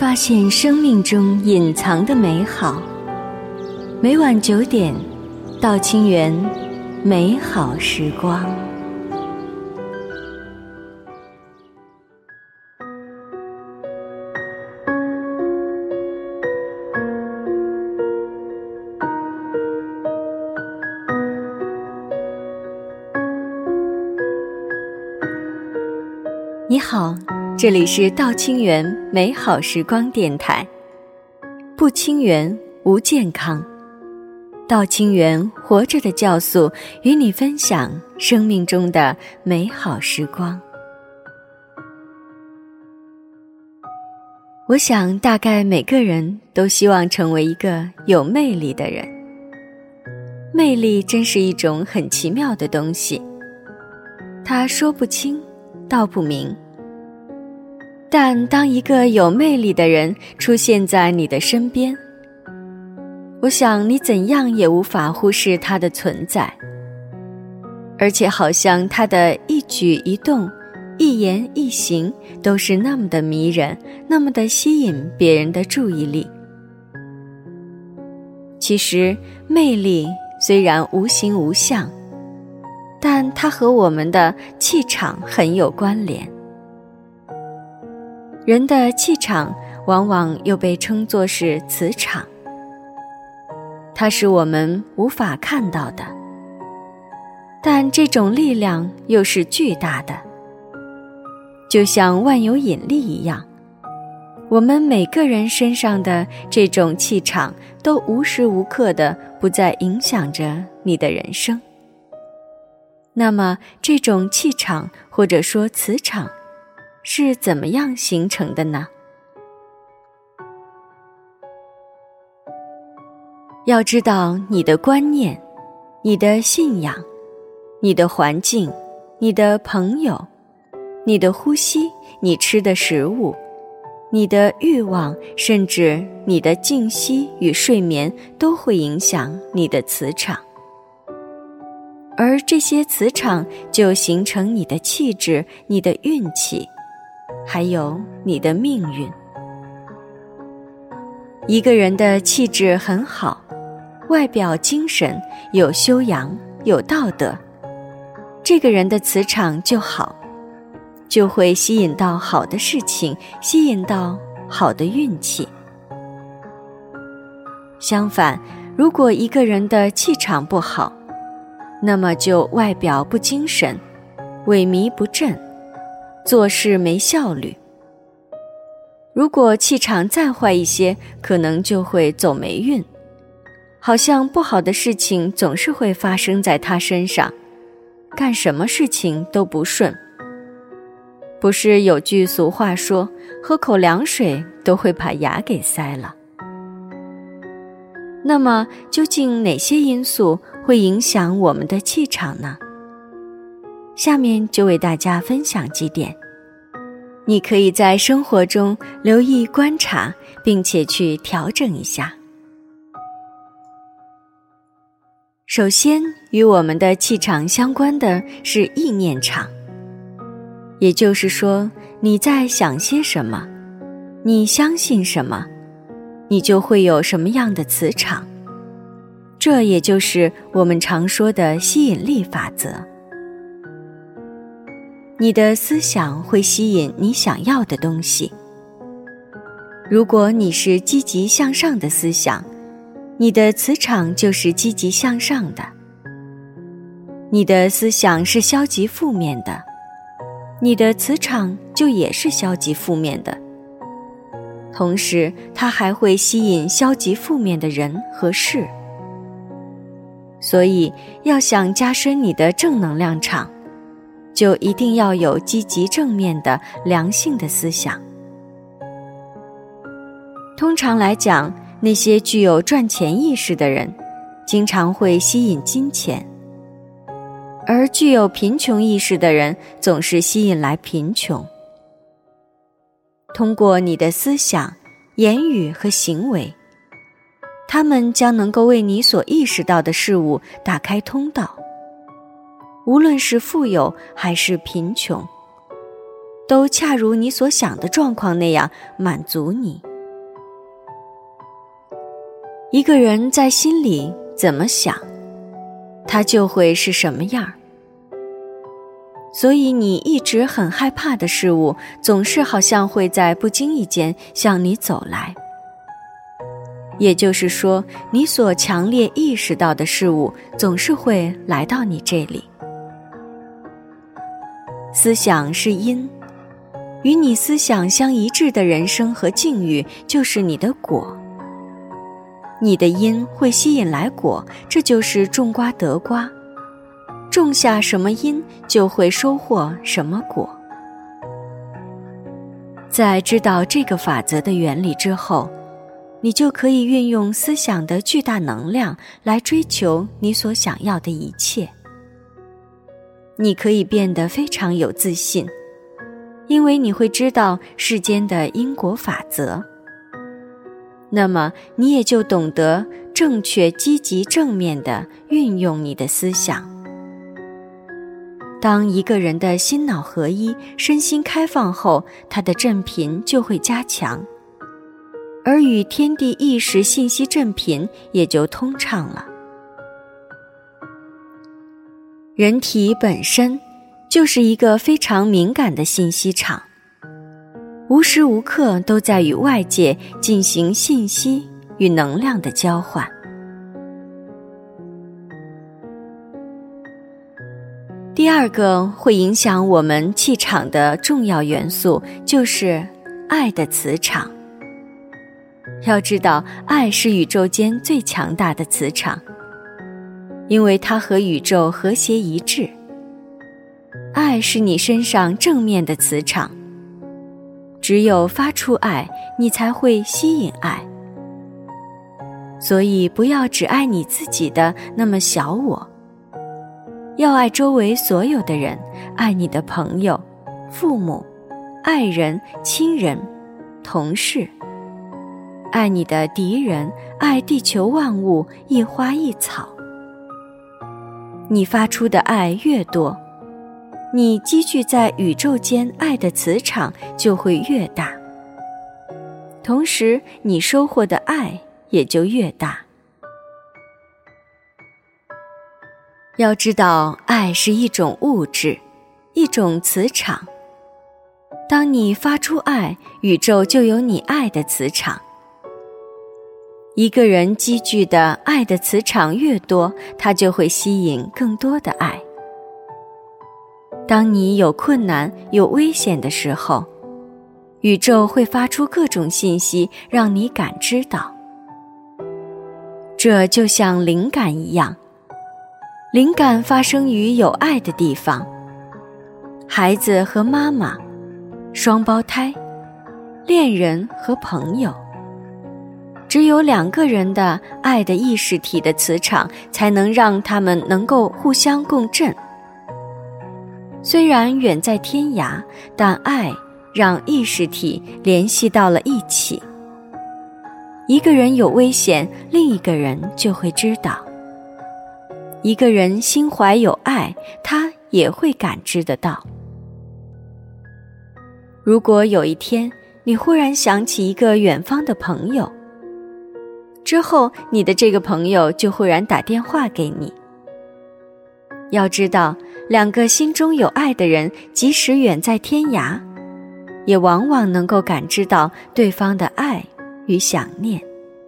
发现生命中隐藏的美好。每晚9点，到清源美好时光。你好，这里是道清源美好时光电台。不清源无健康，道清源活着的酵素，与你分享生命中的美好时光。我想大概每个人都希望成为一个有魅力的人。魅力真是一种很奇妙的东西，它说不清道不明，但当一个有魅力的人出现在你的身边，我想你怎样也无法忽视他的存在，而且好像他的一举一动、一言一行都是那么的迷人，那么的吸引别人的注意力。其实魅力虽然无形无相，但它和我们的气场很有关联。人的气场往往又被称作是磁场，它是我们无法看到的，但这种力量又是巨大的，就像万有引力一样，我们每个人身上的这种气场都无时无刻地不再影响着你的人生。那么这种气场或者说磁场是怎么样形成的呢？要知道，你的观念、你的信仰、你的环境、你的朋友、你的呼吸、你吃的食物、你的欲望，甚至你的静息与睡眠都会影响你的磁场。而这些磁场就形成你的气质、你的运气，还有你的命运。一个人的气质很好，外表精神，有修养，有道德，这个人的磁场就好，就会吸引到好的事情，吸引到好的运气。相反，如果一个人的气场不好，那么就外表不精神，萎靡不振，做事没效率。如果气场再坏一些，可能就会走霉运，好像不好的事情总是会发生在他身上，干什么事情都不顺。不是有句俗话说，喝口凉水都会把牙给塞了。那么究竟哪些因素会影响我们的气场呢？下面就为大家分享几点，你可以在生活中留意观察，并且去调整一下。首先，与我们的气场相关的是意念场，也就是说，你在想些什么，你相信什么，你就会有什么样的磁场。这也就是我们常说的吸引力法则。你的思想会吸引你想要的东西。如果你是积极向上的思想，你的磁场就是积极向上的。你的思想是消极负面的，你的磁场就也是消极负面的。同时，它还会吸引消极负面的人和事。所以，要想加深你的正能量场，就一定要有积极正面的良性的思想。通常来讲，那些具有赚钱意识的人，经常会吸引金钱，而具有贫穷意识的人，总是吸引来贫穷。通过你的思想、言语和行为，他们将能够为你所意识到的事物打开通道。无论是富有还是贫穷，都恰如你所想的状况那样满足你， 一个人在心里怎么想，他就会是什么样。所以你一直很害怕的事物，总是好像会在不经意间向你走来。也就是说，你所强烈意识到的事物，总是会来到你这里。思想是因，与你思想相一致的人生和境遇，就是你的果。你的因会吸引来果，这就是种瓜得瓜。种下什么因，就会收获什么果。在知道这个法则的原理之后，你就可以运用思想的巨大能量来追求你所想要的一切。你可以变得非常有自信，因为你会知道世间的因果法则。那么你也就懂得正确、积极、正面地运用你的思想。当一个人的心脑合一、身心开放后，他的振频就会加强，而与天地意识信息振频也就通畅了。人体本身就是一个非常敏感的信息场，无时无刻都在与外界进行信息与能量的交换。第二个会影响我们气场的重要元素就是爱的磁场。要知道，爱是宇宙间最强大的磁场，因为它和宇宙和谐一致。爱是你身上正面的磁场，只有发出爱，你才会吸引爱。所以不要只爱你自己的那么小我，要爱周围所有的人，爱你的朋友、父母、爱人、亲人、同事，爱你的敌人，爱地球万物，一花一草。你发出的爱越多，你积聚在宇宙间爱的磁场就会越大，同时你收获的爱也就越大。要知道，爱是一种物质，一种磁场。当你发出爱，宇宙就有你爱的磁场。一个人积聚的爱的磁场越多，他就会吸引更多的爱。当你有困难、有危险的时候，宇宙会发出各种信息，让你感知到。这就像灵感一样，灵感发生于有爱的地方。孩子和妈妈，双胞胎，恋人和朋友，只有两个人的爱的意识体的磁场，才能让他们能够互相共振。虽然远在天涯，但爱让意识体联系到了一起。一个人有危险，另一个人就会知道。一个人心怀有爱，他也会感知得到。如果有一天你忽然想起一个远方的朋友，之后你的这个朋友就忽然打电话给你。要知道，两个心中有爱的人，即使远在天涯，也往往能够感知到对方的爱与想念。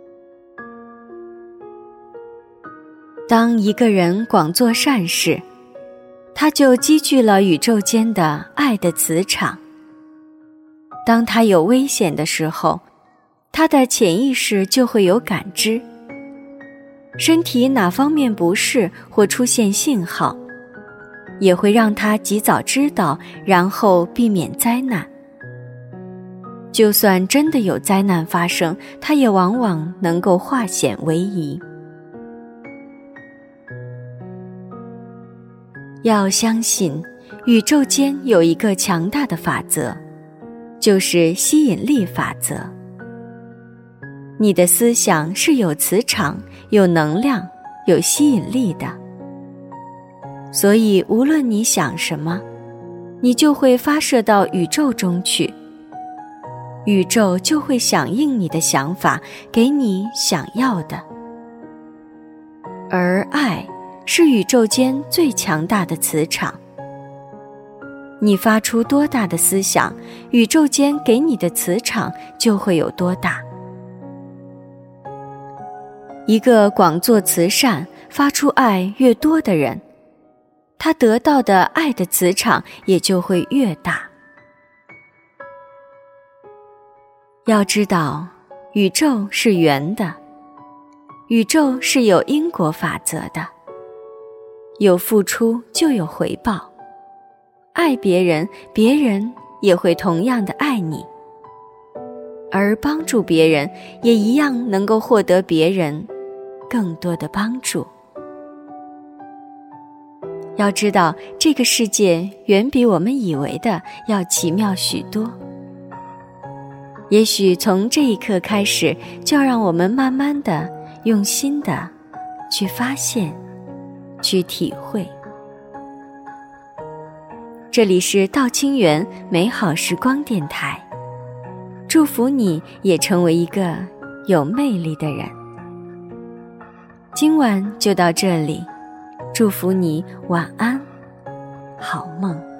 当一个人广做善事，他就积聚了宇宙间的爱的磁场。当他有危险的时候，他的潜意识就会有感知，身体哪方面不适或出现信号，也会让他及早知道，然后避免灾难。就算真的有灾难发生，他也往往能够化险为夷。要相信，宇宙间有一个强大的法则，就是吸引力法则。你的思想是有磁场、有能量、有吸引力的。所以无论你想什么，你就会发射到宇宙中去，宇宙就会响应你的想法，给你想要的。 而爱是宇宙间最强大的磁场。你发出多大的思想，宇宙间给你的磁场就会有多大。一个广做慈善、发出爱越多的人，他得到的爱的磁场也就会越大。要知道，宇宙是圆的，宇宙是有因果法则的，有付出就有回报。爱别人，别人也会同样的爱你，而帮助别人也一样能够获得别人更多的帮助。要知道，这个世界远比我们以为的要奇妙许多。也许从这一刻开始，就让我们慢慢的、用心的去发现、去体会。这里是道清源美好时光电台，祝福你也成为一个有魅力的人。今晚就到这里，祝福你晚安，好梦。